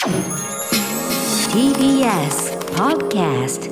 TBS Podcast。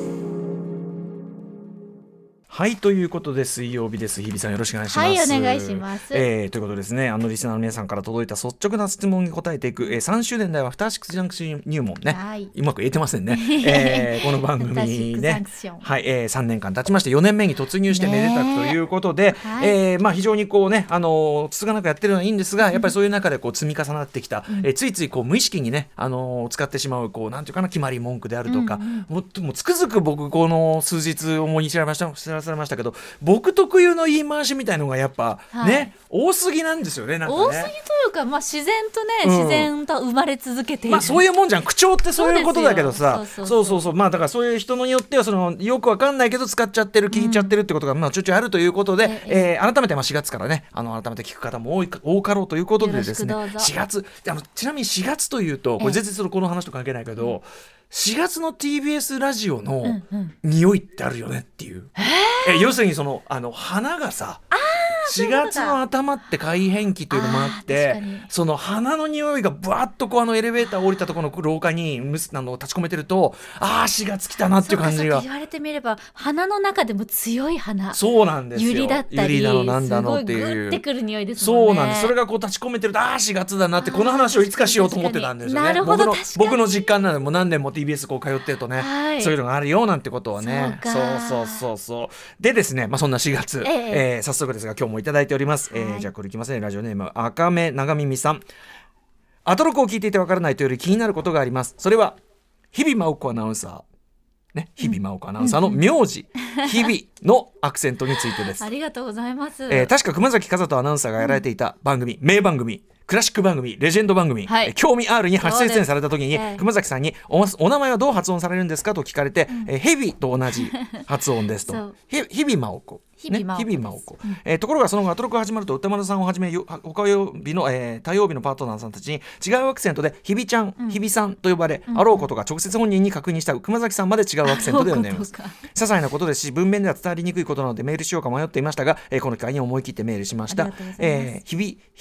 はい、ということで水曜日です。日比さんよろしくお願いします。 はい、お願いします。 ということですね、リスナーの皆さんから届いた率直な質問に答えていく、3周年代はアフターシックスジャンクション入門ね、 はい、 うまく言えてませんね、この番組ね、はい、3年間経ちまして4年目に突入してめでたくということで、非常にこうね、つつがなくやってるのはいいんですが、やっぱりそういう中でこう積み重なってきた、ついついこう無意識にね、使ってしまうこうなんていうかな、決まり文句であるとか、もうつくづく僕この数日思い知らされましたけど、僕特有の言い回しみたいのがやっぱね、多すぎなんですよね。なんかね、 多すぎというか、自然とね、自然と生まれ続けている、 そういうもんじゃん。口調ってそういうことだけどさ、そうだからそういう人によってはよくわかんないけど使っちゃってる、聞いちゃってるってことがちょいちょいあるということで、改めて4月からね、改めて聞く方も多かろうということでですね、4月ちなみに4月というとこれ全然この話と関係ないけど、4月の TBS ラジオの匂いってあるよねっていう、要するに花がさ、4月の頭って改変期というのもあって、その花の匂いがブワッとこうエレベーター降りたところの廊下に立ち込めてると、4月来たなっていう感じが。 言われてみれば花の中でも強い花、 そうなんですよ、 ユリだったり、 ユリだのなんだのっていう、 すごいグッてくる匂いですもんね。 そうなんです。それがこう立ち込めてると、4月だなって、この話をいつかしようと思ってたんですよね。 なるほど、 僕の実感なので、もう何年も TBS こう通ってるとね、そういうのがあるよなんてことをね。そうでですね、そんな4月、早速ですが今日もいただいております。じゃあこれいきますね。ラジオネーム赤目長耳さん。アトロクを聞いていてわからないというより気になることがあります。それは日々真央子アナウンサーね、日々真央子アナウンサーの名字、日々のアクセントについてです。 ありがとうございます。 確か熊崎和人アナウンサーがやられていた番組、名番組、クラシック番組、レジェンド番組、興味 R に初出演された時に、熊崎さんに お名前はどう発音されるんですかと聞かれて、ヘビと同じ発音ですと。日々真央子、日々真央子、ところがその後アトロクが始まると歌丸さんをはじめ他曜日の、他曜日のパートナーさんたちに違うアクセントで日々ちゃん、日々さんと呼ばれ、あろうことが直接本人に確認した熊崎さんまで違うアクセントで呼んでいます。些細なことですし文面では伝わりにくいことなのでメールしようか迷っていましたが、この機会に思い切ってメールしました。日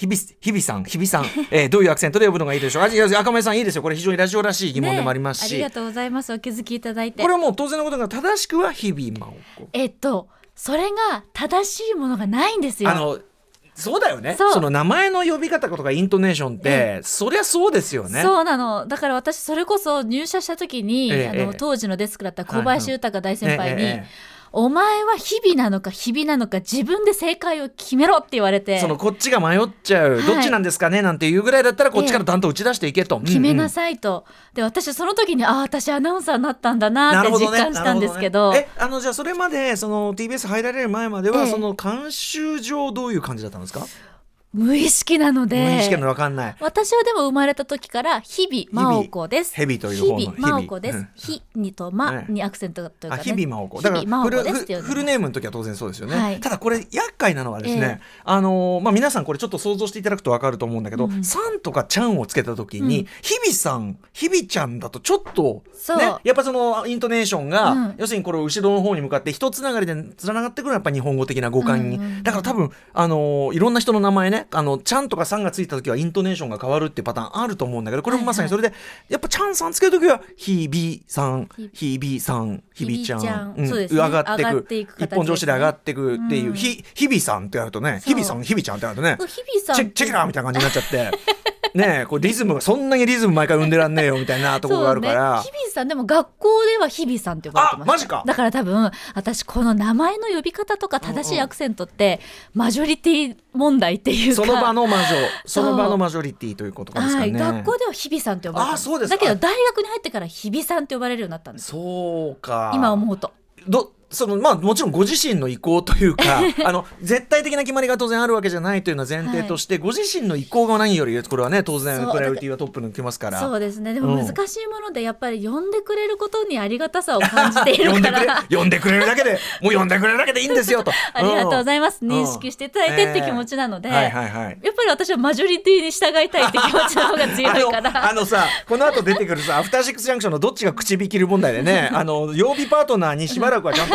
々さん、どういうアクセントで呼ぶのがいいでしょう。赤目さんいいですよ。これ非常にラジオらしい疑問でもありますし、 ありがとうございます。お気づきいただいて。 これはもう当然のことが、正しくは日々真央子。 それが正しいものがないんですよ。 そうだよね。その名前の呼び方とかイントネーションって、そりゃそうですよね。 そうなの。だから私それこそ入社した時に、当時のデスクだった小林豊大先輩に、お前は日々なのか日々なのか自分で正解を決めろって言われて、 こっちが迷っちゃう、どっちなんですかねなんていうぐらいだったらこっちからだんと打ち出していけと、 決めなさいと。で私その時に私アナウンサーになったんだなって実感したんですけど、 じゃあそれまでTBS 入られる前までは、慣習上どういう感じだったんですか？ 無意識なので。 無意識なの分かんない。 私はでも生まれた時から日々真央子です。 ヘビという方の日々真央子です。日にとにアクセントというかね。 日々真央子。だからフルネームの時は当然そうですよね。ただこれ厄介なのはですね、皆さんこれちょっと想像していただくと分かると思うんだけど、さんとかちゃんをつけた時に、日々さん、日々ちゃんだとちょっとね、やっぱイントネーションが、要するにこれ後ろの方に向かって一つながりでつながってくるのはやっぱ日本語的な語感に。だから多分いろんな人の名前ね、ちゃんとかさんがついた時はイントネーションが変わるっていうパターンあると思うんだけど、これもまさにそれで、やっぱちゃんさんつける時は日々さん、日々さん、日々ちゃん、上がっていく、一本上司で上がっていくっていう、日々さんってやるとね、日々さん、日々ちゃんってやるとね、チェキラーみたいな感じになっちゃってね、これリズムがそんなにリズム毎回生んでらんねえよみたいなところがあるから、 日々さんでも学校では日々さんって呼ばれてました。 マジか。 だから多分私この名前の呼び方とか正しいアクセントってマジョリティ問題っていうか、 その場のマジョリティということですかね。 学校では日々さんって呼ばれてます。 そうですか。 だけど大学に入ってから日々さんって呼ばれるようになったんです。 そうか。 今思うともちろんご自身の意向というか絶対的な決まりが当然あるわけじゃないというのは前提として、ご自身の意向が何よりこれはね当然プライオリティはトップに来ますから。 そうですね。でも難しいものでやっぱり呼んでくれることにありがたさを感じているから呼んでくれるだけでもう呼んでくれるだけでいいんですよとありがとうございます、認識していただいてって気持ちなので、やっぱり私はマジョリティに従いたいって気持ちの方が強いからさこの後出てくるさアフターシックスジャンクションのどっちが口引きる問題でね曜日パートナーにしばらくはちゃんと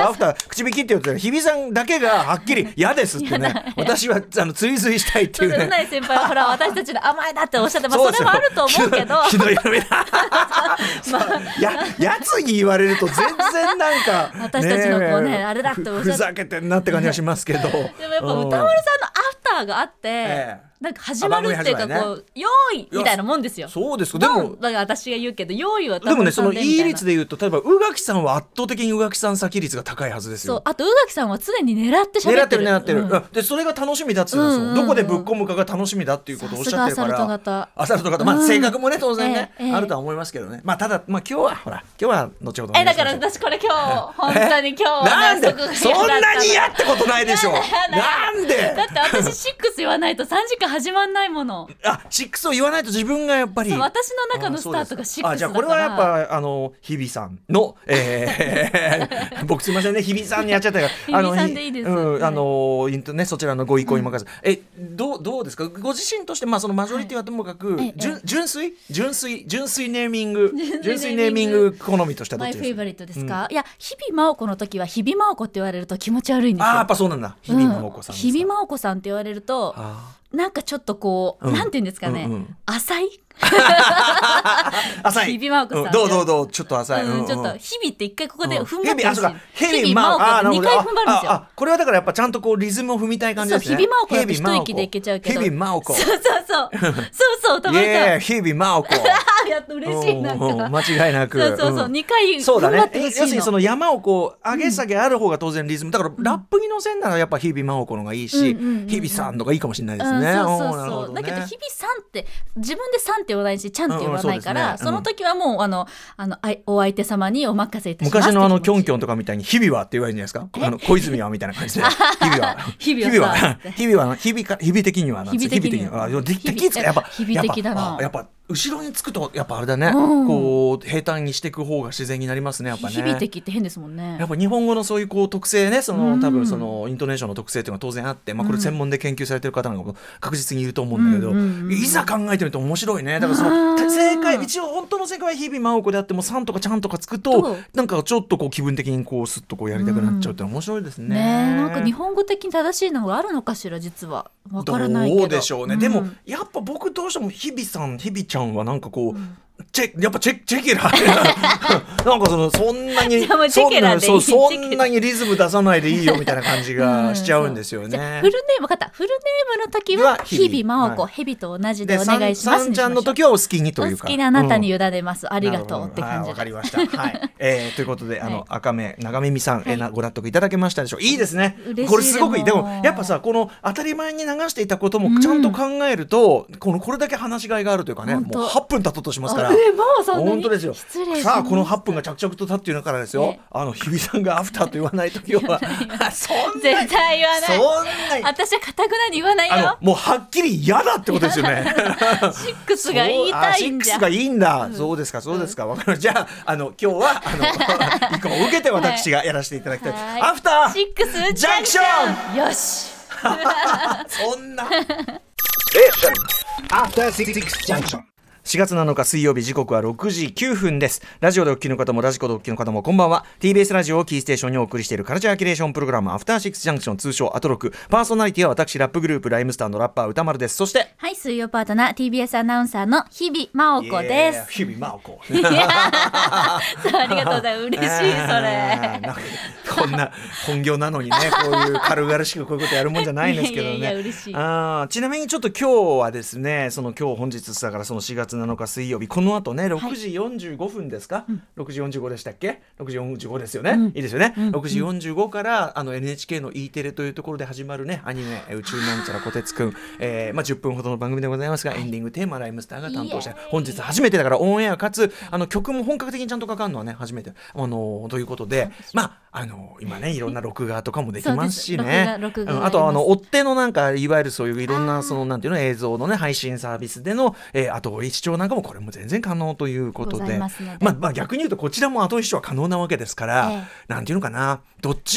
アフター口引きって言ってたら日比さんだけがはっきり嫌ですってね私は追随したいっていうね。 うない先輩はほら私たちの甘えだっておっしゃって、それもあると思うけどひどいのみだやつに言われると全然なんか私たちのこうねあれだっておっしゃってふざけてんなって感じがしますけどでもやっぱ歌丸さんのアフターがあって、なんか始まるっていうかこう用意みたいなもんですよ。 そうですか。でもだから私が言うけど用意はでもねそのいい率で言うと例えば宇垣さんは圧倒的に宇垣さん先率が高いはずですよ。 そうあと宇垣さんは常に狙って喋ってる狙ってる、でそれが楽しみだって言うんですよ、どこでぶっ込むかが楽しみだっていうことをおっしゃってるからアサルト型、性格もね当然ね、あるとは思いますけどね。ただ今日は後ほどだから私これ今日本当に今日はなんでそんなに嫌ってことないでしょなんでだって私6言わないと3時間始まんないもの。 6を言わないと自分がやっぱり私の中のスタートが6だから。 じゃあこれはやっぱ日比さんの、僕すいませんね日比さんにやっちゃったから日比さんでいいです、 そちらのご意向に任せ、どうですかご自身として、そのマジョリティはともかく、純粋ネーミング好みとしてはどっちですか。マイフェイバリットですか、いや日比真央子の時は日比真央子って言われると気持ち悪いんですよ。 やっぱそうなんだ。日比真央子さんですか。 日比真央子さんって言われるとなんかちょっとこう、なんていうんですかね、浅い浅い日比真央子さん、 どうちょっと浅い、 ちょっと日々って一回ここで踏ん張ってほしい。 日比真央子2回踏ん張るんですよ。 これはだからやっぱちゃんとこうリズムを踏みたい感じですね。 日比真央子だと一息でいけちゃうけど、 日比真央子そうたまにさ日比真央子やっと嬉しい。なんか間違いなくそう2回踏ん張ってほしいの。 要するにその山をこう上げ下げある方が当然リズムだから、ラップに乗せんならやっぱ日比真央子の方がいいし、日比さんとかいいかもしれないですね。 そうだけど日比さんって自分でさんって言わないしちゃんって言わないから、その時はもうお相手様にお任せいたします。 昔のキョンキョンとかみたいに日々はって言われるじゃないですか。小泉はみたいな感じで日々は日々的にはなんですよ。日々的だな。やっぱ後ろにつくとやっぱあれだね、こう平坦にしていく方が自然になりますね。やっぱね日々的って変ですもんね。 やっぱ日本語のそういうこう特性ね、多分そのイントネーションの特性っていうのは当然あって、これ専門で研究されてる方なんかも確実にいると思うんだけど、いざ考えてみると面白いね。だからその正解、一応本当の正解は日々真央子であってもさんとかちゃんとかつくとなんかちょっとこう気分的にこうスッとこうやりたくなっちゃうって面白いですね。 なんか日本語的に正しいのがあるのかしら。実はわからないけどどうでしょうね。でもやっぱ僕どうしても日々さん日々ちゃんはなんかこうやっぱチェケラなんかそんなにそんなにリズム出さないでいいよみたいな感じがしちゃうんですよね。 フルネーム分かった。フルネームの時は日々真央子、ヘビと同じでお願いします。 さんちゃんの時はお好きにというか、 お好きなあなたに委ねます、ありがとうって感じで。 わかりました。ということで赤目長耳さん、ご納得いただけましたでしょう。いいですね。これすごくいい。でもやっぱさこの当たり前に流していたこともちゃんと考えると、これだけ話しがいがあるというかね、もう8分経とうとしますから。本当ですよ。さあこの8分が着々と経っているからですよ。日比さんがアフターと言わないときは絶対言わない。私は固くなに言わないよ。 もうはっきり嫌だってことですよね。 6が言いたいんじゃ。 6がいいんだ。そうですかそうですか。わかる。じゃあ今日は一個を受けて私がやらせていただきたい。アフター 6 ジャンクション。 よし。 そんな。アフター6ジャンクション。4月7日水曜日、時刻は6時9分です。ラジオでお聞きの方もラジコでお聞きの方もこんばんは。 TBS ラジオをキーステーションにお送りしているカルチャーキュレーションプログラムアフターシックスジャンクション、通称アトロク。パーソナリティは私ラップグループライムスターのラッパー歌丸です。そして水曜パートナー TBS アナウンサーの日々真央子です。 日々真央子そうありがとうございます。嬉しいそれ。 こんな本業なのにね、こういう軽々しくこういうことやるもんじゃないんですけどね。 いや嬉しい。 ちなみにちょっと今日はですね、今日本日だから4月7日水曜日、この後ね6時45分ですか、6時45でしたっけ。6時45ですよね、いいですよね、6時45からNHK の E テレというところで始まるねアニメ宇宙なんちゃらこてつくん、10分ほどの番組でございますが、エンディングテーマライムスターが担当して本日初めてだからオンエアかつ曲も本格的にちゃんとかかるのはね初めてということで、今ねいろんな録画とかもできますしね。あと追っ手のなんかいわゆるそういういろんななんていうの映像のね配信サービスでの後追い視聴なんかもこれも全然可能ということで、逆に言うとこちらも後追い視聴は可能なわけですから、なんていうのかな、どっちが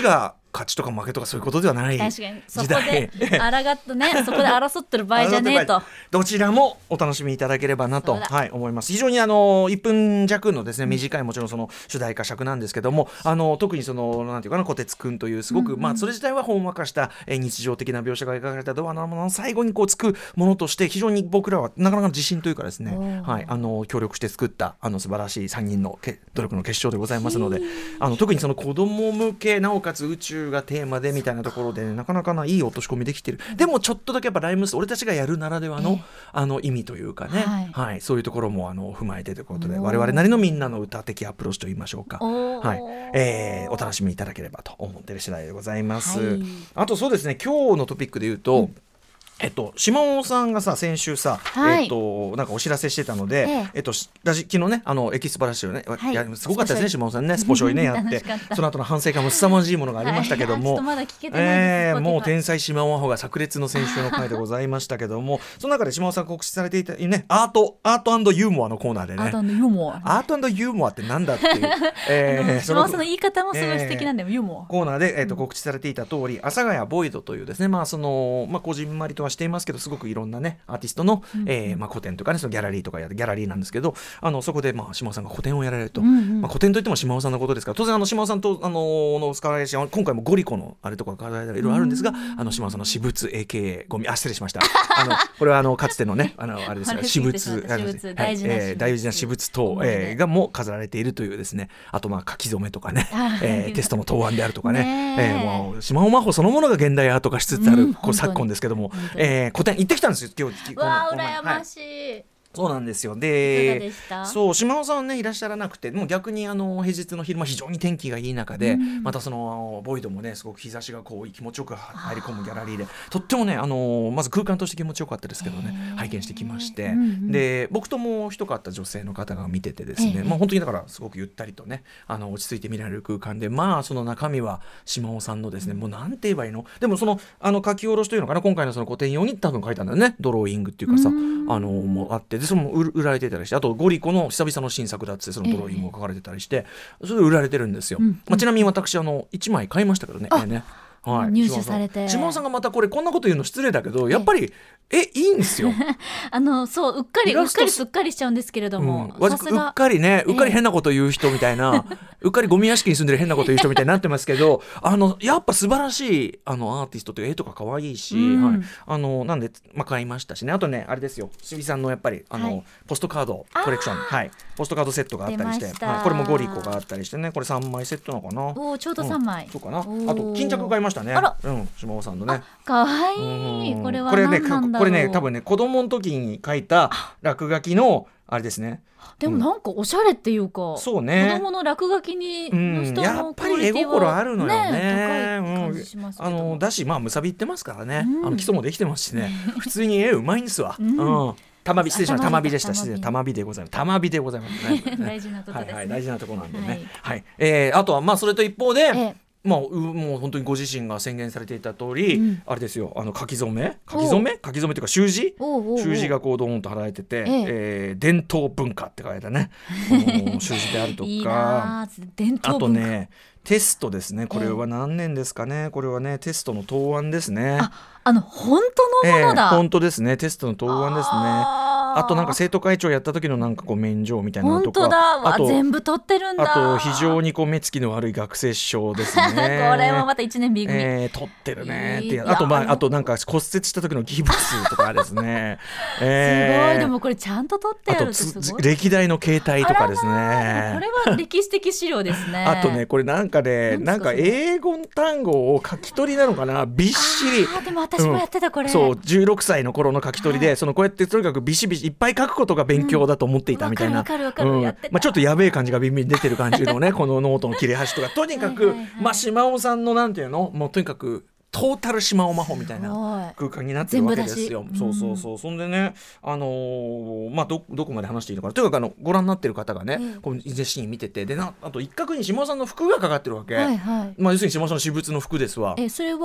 勝ちとか負けとかそういうことではない確かにそ時こで抗ってねそこで争ってる場合じゃねえとどちらもお楽しみいただければなと、思います。非常に1分弱のですね短いもちろんその主題歌尺なんですけども特にそのなんていうかな小鉄くんというすごく、それ自体はほんわかした、日常的な描写が描かれたドアのものの最後にこうつくものとして非常に僕らはなかなか自信というかですね、協力して作った素晴らしい3人の努力の結晶でございますので特にその子供向けなおかつ宇宙がテーマでみたいなところで、なかなかいい落とし込みできてる。でもちょっとだけやっぱライムス俺たちがやるならではの、意味というかね、そういうところも踏まえてということで我々なりのみんなの歌的アプローチといいましょうか、お楽しみいただければと思っている次第でございます。あとそうですね、今日のトピックで言うと、島尾さんがさ先週さ、なんかお知らせしてたので、昨日ねエキスパラシをね、すごかったですね島尾さんねスポショイねやってその後の反省会も凄まじいものがありましたけども、 まだ聞けてないです。 もう天才島尾真帆が炸裂の先週の回でございましたけどもその中で島尾さん告知されていたねアート&ユーモアのコーナーでね、アート&ユーモアってなんだっていう島尾さんの言い方もすごい素敵なんだよ、ユーモアコーナーで、告知されていた通り阿佐ヶ谷ボイドというですねこじんまりとはしていますけどすごくいろんなねアーティストの、個展とかねそのギャラリーとかギャラリーなんですけどそこで島尾さんが個展をやられると、個展といっても島尾さんのことですから当然島尾さんとの使われるし今回もゴリコのあれとかいろいろあるんですが島尾さんの私物 AKA ゴミ失礼しましたこれはかつてのねあれですが私物大事な私物等、がも飾られているというですね、あと書き初めとかね、テストの答案であるとかね、もう島尾真帆そのものが現代アート化しつつある、昨今ですけども、個展行ってきたんですよ今日。 わあ羨ましい、 そうなんですよ。 でそう島尾さんはねいらっしゃらなくてもう逆に平日の昼間非常に天気がいい中で、またそのボイドもねすごく日差しがこう気持ちよく入り込むギャラリーでとってもねまず空間として気持ちよかったですけどね拝見してきまして、で僕ともう一方女性の方が見ててですね、本当にだからすごくゆったりとね落ち着いて見られる空間でその中身は島尾さんのですね、もうなんて言えばいいの、でもその書き下ろしというのかな、今回のその個展用に多分書いたんだよね、ドローイングっていうかさもあってでそれも売られてたりして、あとゴリコの久々の新作だってそのドローイングを書かれてたりして、それで売られてるんですよ、ちなみに私1枚買いましたけどね、 入手されて島尾さんがまたこんなこと言うの失礼だけどやっぱりいいんですよそううっかりすっかりしちゃうんですけれども、 うっかり変なこと言う人みたいなうっかりゴミ屋敷に住んでる変なこと言う人みたいになってますけどやっぱ素晴らしいアーティストという絵とか可愛いし、なんで、買いましたしね。あとねあれですよ、しびさんのやっぱりポストカードコレクション、ポストカードセットがあったりして、これもゴリコがあったりしてね、これ3枚セットなのかな、 ちょうど3枚、 そうかな。あと巾着買いましたね、島尾さんのね、 かわいい。これは何なんだろう。 これね多分ね子供の時に書いた落書きのあれですね。 でもなんかおしゃれっていうか、 そうね、 子供の落書きにの人やっぱり絵心あるのよね。 高い感じしますけど、 だしむさびってますからね、基礎もできてますしね普通に絵うまいんですわ。玉美、失礼しました。玉美でした。玉美でございます。玉美でございますね。 大事なところですね。 大事なところなんでね。あとはそれと一方で。もう本当にご自身が宣言されていた通り、あれですよ、書き初めというか習字がこうドーンと貼られてて、伝統文化って書いたね習字であるとかいいな、伝統文化。 あとねテストですね。これは何年ですかね。これはねテストの答案ですね。 本当のものだ。 本当ですね、テストの答案ですね。あとなんか生徒会長やった時のなんか免除みたいなのとか、 本当だ、全部取ってるんだ。 あと非常に目つきの悪い学生証ですねこれもまた1年 B 組、 取ってるねっていう。あとなんか骨折した時のギブスとかですねすごい。でもこれちゃんと取ってあるってすごい。 歴代の携帯とかですね。 これは歴史的資料ですねあとねこれなんか英語単語を書き取りなのかな、びっしり。 でも私もやってたこれ。 そう16歳の頃の書き取りで、こうやってとにかくビシビシいっぱい書くことが勉強だと思っていたみたいな、 ちょっとやべえ感じがビンビン出てる感じのねこのノートの切れ端とか、とにかく島尾さんのなんていうの、もうとにかくトータル島尾真帆みたいな空間になってるわけですよ。そうそんでねどこまで話していいのかな。とにかくご覧になってる方がね、このシーン見てて、であと一角に島尾さんの服がかかってるわけ。要するに島尾さんの私物の服ですわ。 それは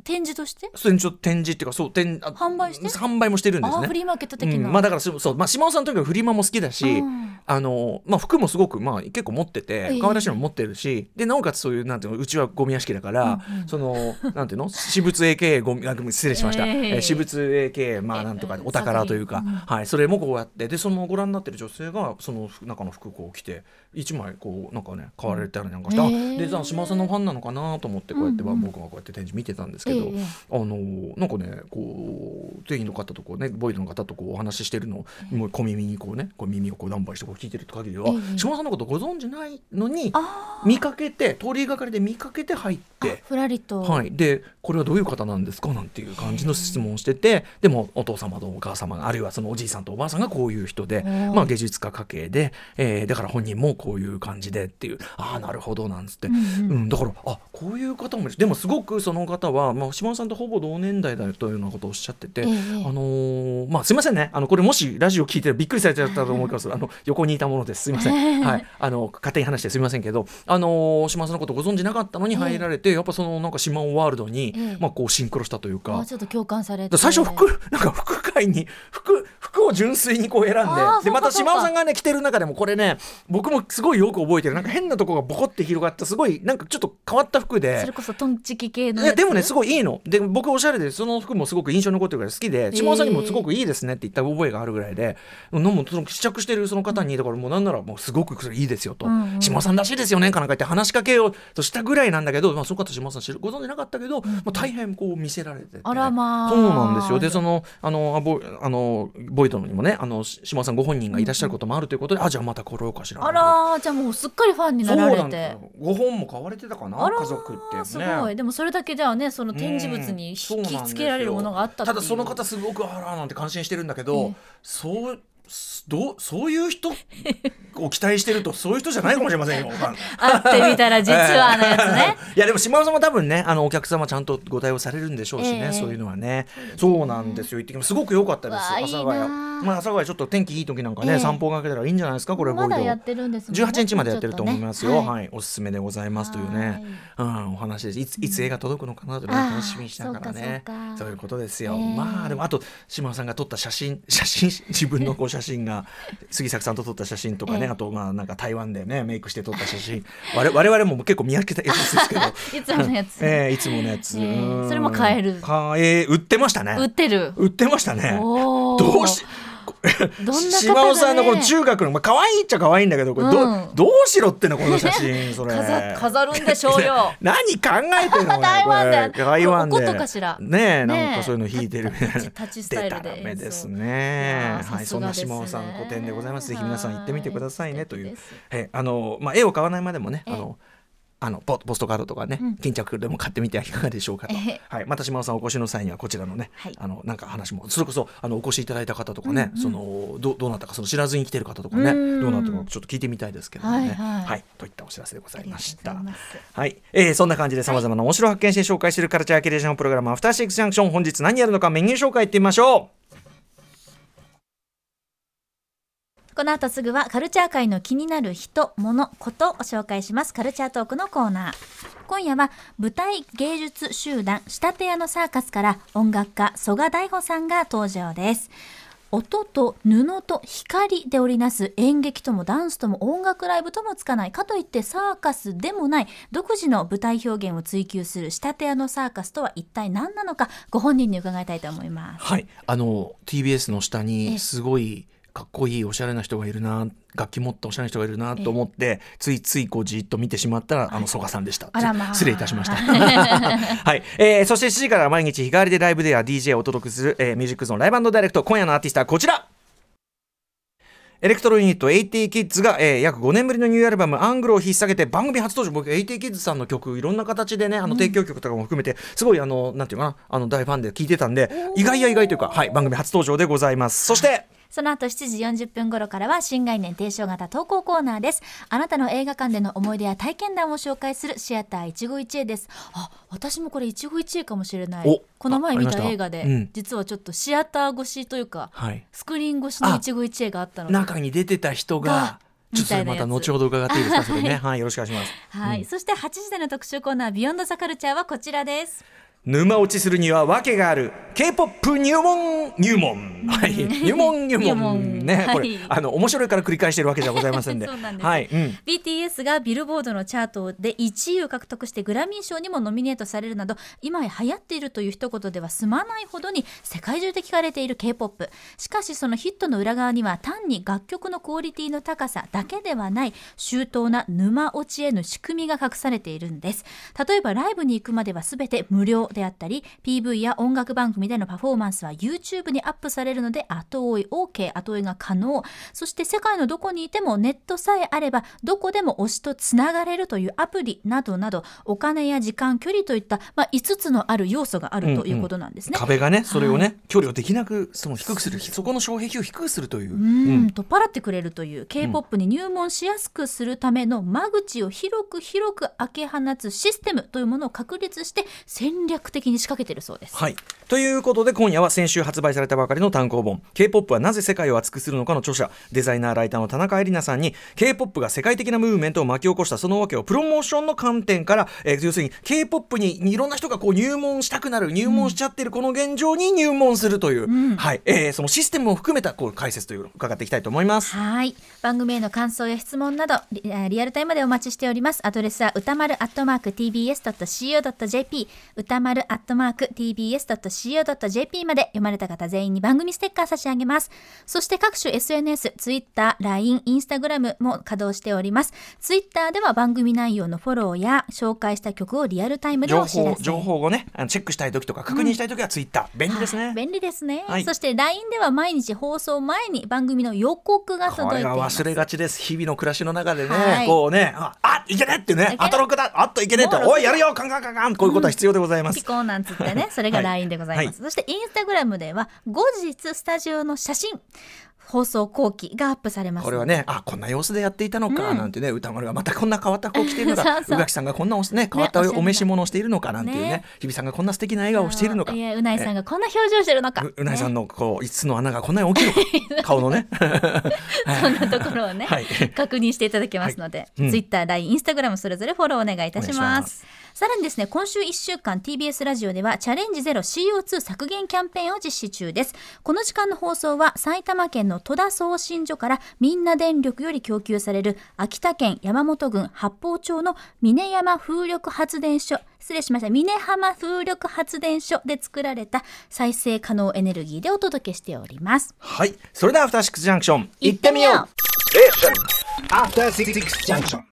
展示として展示っていうかそう販売もしてるんですね。 フリーマーケット的な、 まあだからそう、島尾さんとにかくフリマも好きだし、服もすごく結構持ってて可愛らしいのも持ってるし、でなおかつそういうなんていうの、うちはゴミ屋敷だから、そのなんていうの私物 AKA ゴミ失礼しました、私物 AKA なんとかお宝というか、はい、それもこうやってでそのご覧になってる女性がその中の服を着て1枚こうなんかね買われたりなんかして、で島尾さんのファンなのかなと思ってこうやって、僕がこうやって展示見てたんですけど、なんかねこう店員の方とこうねボイドの方とこうお話ししてるのをもう小耳にこうね耳をこうダンバイしてこう聞いてる限りは、島尾さんのことご存じないのに見かけて通りがかりで見かけて入ってふらりと、 はい、でこれはどういう方なんですかなんていう感じの質問をしてて、でもお父様とお母様あるいはそのおじいさんとおばあさんがこういう人で、芸術家家系で、だから本人もこういう感じでっていう、なるほどなんつって、だからこういう方もいる。でもすごくその方は、島尾さんとほぼ同年代だというようなことをおっしゃってて、すいませんね、これもしラジオ聞いてびっくりされちゃったと思います横にいたものです、すいません、はい、勝手に話してすみませんけど、島尾さんのことご存じなかったのに入られて、やっぱそのなんか島尾ワールドに、こうシンクロしたというか、 ちょっと共感されて、 最初服会に服を純粋にこう選んで、また島尾さんがね着てる中でもこれね僕もすごいよく覚えてる、なんか変なとこがボコって広がったすごいなんかちょっと変わった服で、 それこそトンチキ系のやつ。 でもねすごいいいので、僕おしゃれでその服もすごく印象に残ってるぐらい好きで、島尾さんにもすごくいいですねって言った覚えがあるぐらいで、その試着してるその方にだからもうなんならもうすごくそれいいですよと、島尾さんらしいですよねかなんか言って話しかけようとしたぐらいなんだけど、その方島尾さんご存じなかったけど、大変こう見せられてて、 あらまあ、 そうなんですよ。でそのボイドにもね島尾さんご本人がいらっしゃることもあるということで、じゃあまたこれをかしら、 あらじゃあもうすっかりファンになられて、 ご本も買われてたかな、家族ってね。 すごい。でもそれだけじゃあね、その展示物に引き付けられるものがあったっていう。 ただその方すごくなんて感心してるんだけど、そういう人を期待してるとそういう人じゃないかもしれませんよ会ってみたら実はのやつねいやでも島尾さんも多分ねお客様ちゃんとご対応されるんでしょうしね、そういうのはね。そうなんですよ。行ってきます。すごく良かったです。阿佐ヶ谷ちょっと天気いい時なんかね、散歩がけたらいいんじゃないですか。これまだやってるんですもんね。 18日までやってると思いますよ、はい、おすすめでございますというね、お話です。いつ映画届くのかなと楽しみにしながらね、そういうことですよ。でもあと島尾さんが撮った写真自分の写真が杉作さんと撮った写真とかね、あとなんか台湾でねメイクして撮った写真、我々も結構見分けたやつですけどいつものやつ、 いつものやつ、 それも買える、 売ってましたね。売ってましたね。どうし島尾さんのこの中学の可愛いっちゃ可愛いんだけど、これどうしろってのこの写真それ飾るんでしょうよ何考えてるの台湾でおことかしらね、なんかそういうの引いてる立ちスタイルでダメですね。はい、そんな島尾さん個展でございます。ぜひ皆さん行ってみてくださいねという。絵を買わないまでもね、ポストカードとかね、巾着でも買ってみてはいかがでしょうかと、はい、また島尾さんお越しの際にはこちらのね、なんか話もそれこそお越しいただいた方とかね、どうなったか、その知らずに来てる方とかね、どうなったかちょっと聞いてみたいですけどね、はいといったお知らせでございました。はい、そんな感じでさまざまな面白を発見して紹介しているカルチャーキュレーションプログラムアフターシックスジャンクション、本日何やるのかメニュー紹介いってみましょう。 この後すぐはカルチャー界の気になる人、物、ことを紹介します。カルチャートークのコーナー。今夜は舞台芸術集団仕立屋のサーカスから音楽家曽我大穂さんが登場です。音と布と光で織りなす演劇ともダンスとも音楽ライブともつかない、かといってサーカスでもない独自の舞台表現を追求する仕立屋のサーカスとは一体何なのか、ご本人に伺いたいと思います。 はい、TBS の下にすごいかっこいいおしゃれな人がいるな、楽器持ったおしゃれな人がいるなと思って、ついついこうじっと見てしまったら曽我さんでした。失礼いたしましたはい、そして7時から毎日日替わりでライブでは DJ をお届けする、ミュージックゾーンライブ&ダイレクト。今夜のアーティストはこちら、エレクトロユニット AT-KIDS が、約5年ぶりのニューアルバムアングロを引っ提げて番組初登場。僕 AT-KIDS さんの曲いろんな形でね提供曲とかも含めてすごいなんていうかな大ファンで聴いてたんで、意外というか、はい、番組初登場でございます。そしてその後7時40分頃からは新概念提唱型投稿コーナーです。あなたの映画館での思い出や体験談を紹介するシアター一期一会です。私もこれ一期一会かもしれない。この前見た映画で、実はちょっとシアター越しというか、スクリーン越しの一期一会があったので、 中に出てた人がちょっとそれまた後ほど伺っていいですかそれねはい、よろしくお願いします。 はい、そして8時台の特集コーナービヨンドザカルチャーはこちらです。 沼落ちするには訳がある K-POP 入門、はい、入門ね、これ、はい、面白いから繰り返しているわけじゃございませんでそうなんです、 はい、 BTS がビルボードのチャートで1位を獲得してグラミー賞にもノミネートされるなど、今や流行っているという一言では済まないほどに世界中で聞かれている K-POP。 しかしそのヒットの裏側には単に楽曲のクオリティの高さだけではない周到な沼落ちへの仕組みが隠されているんです。例えばライブに行くまでは全て無料であったり、 PV や音楽番組でのパフォーマンスは YouTube にアップされるので後追い OK、 後追いが可能。そして世界のどこにいてもネットさえあればどこでも推しとつながれるというアプリなどなど、お金や時間、距離といった、5つのある要素があるということなんですね、 壁がね、それをね、距離をできなく低くする、そこの障壁を低くするという、 取っ払ってくれるという K-POP に入門しやすくするための間口を広く開け放つシステムというものを確立して戦略的に仕掛けているそうです。 はい、ということで今夜は先週発売されたばかりの単行本 K-POP はなぜ世界を熱くするのかの著者、デザイナーライターの田中絵里奈さんに K-POP が世界的なムーブメントを巻き起こしたそのわけをプロモーションの観点から、要するに K-POP にいろんな人がこう入門したくなる、入門しちゃってるこの現状に入門するという、はい、そのシステムを含めたこう解説というのを伺っていきたいと思います。 はい、番組への感想や質問など リアルタイムでお待ちしております。アドレスは歌丸@tbs.co.jp、 歌丸@tbs.co.jp まで。読まれた方全員に番組ステッカー差し上げます。そして各種 SNS、Twitter、LINE、Instagram も稼働しております。Twitter では番組内容のフォローや紹介した曲をリアルタイムでお知らせ、 情報をねチェックしたい時とか確認したい時は Twitter、便利ですね、 はい、便利ですね、 はい、 そして LINE では毎日放送前に番組の予告が届いています。 これは忘れがちです。日々の暮らしの中でね、 はい、 こうね、いけねってね、あと6だ、あっといけねって、おいやるよカンカンカンカン、こういうことは必要でございます。 ピコーなんつってね、それが LINE でございます、はい、そしてインスタグラムでは後日スタジオの写真、放送後期がアップされます。 これはね、こんな様子でやっていたのかなんてね、歌丸がまたこんな変わった服を着ているのか宇垣さんがこんな変わったお召し物をしているのかなんていうね、日比さんがこんな素敵な笑顔をしているのか、 うないさんがこんな表情してるのか、 うないさんのこう5つの穴がこんなに大きいのか顔のねそんなところをね、はい、確認していただけますので、はい、Twitter、LINE、Instagram それぞれフォローお願いいたします。さらにですね、今週1週間 TBS ラジオではチャレンジゼロ CO2 削減キャンペーンを実施中です。この時間の放送は埼玉県の戸田送信所からみんな電力より供給される秋田県山本郡八峰町の峰山風力発電所、峰浜風力発電所で作られた再生可能エネルギーでお届けしております。 はい、それではアフターシックスジャンクション行ってみよう。 アフターシックスジャンクション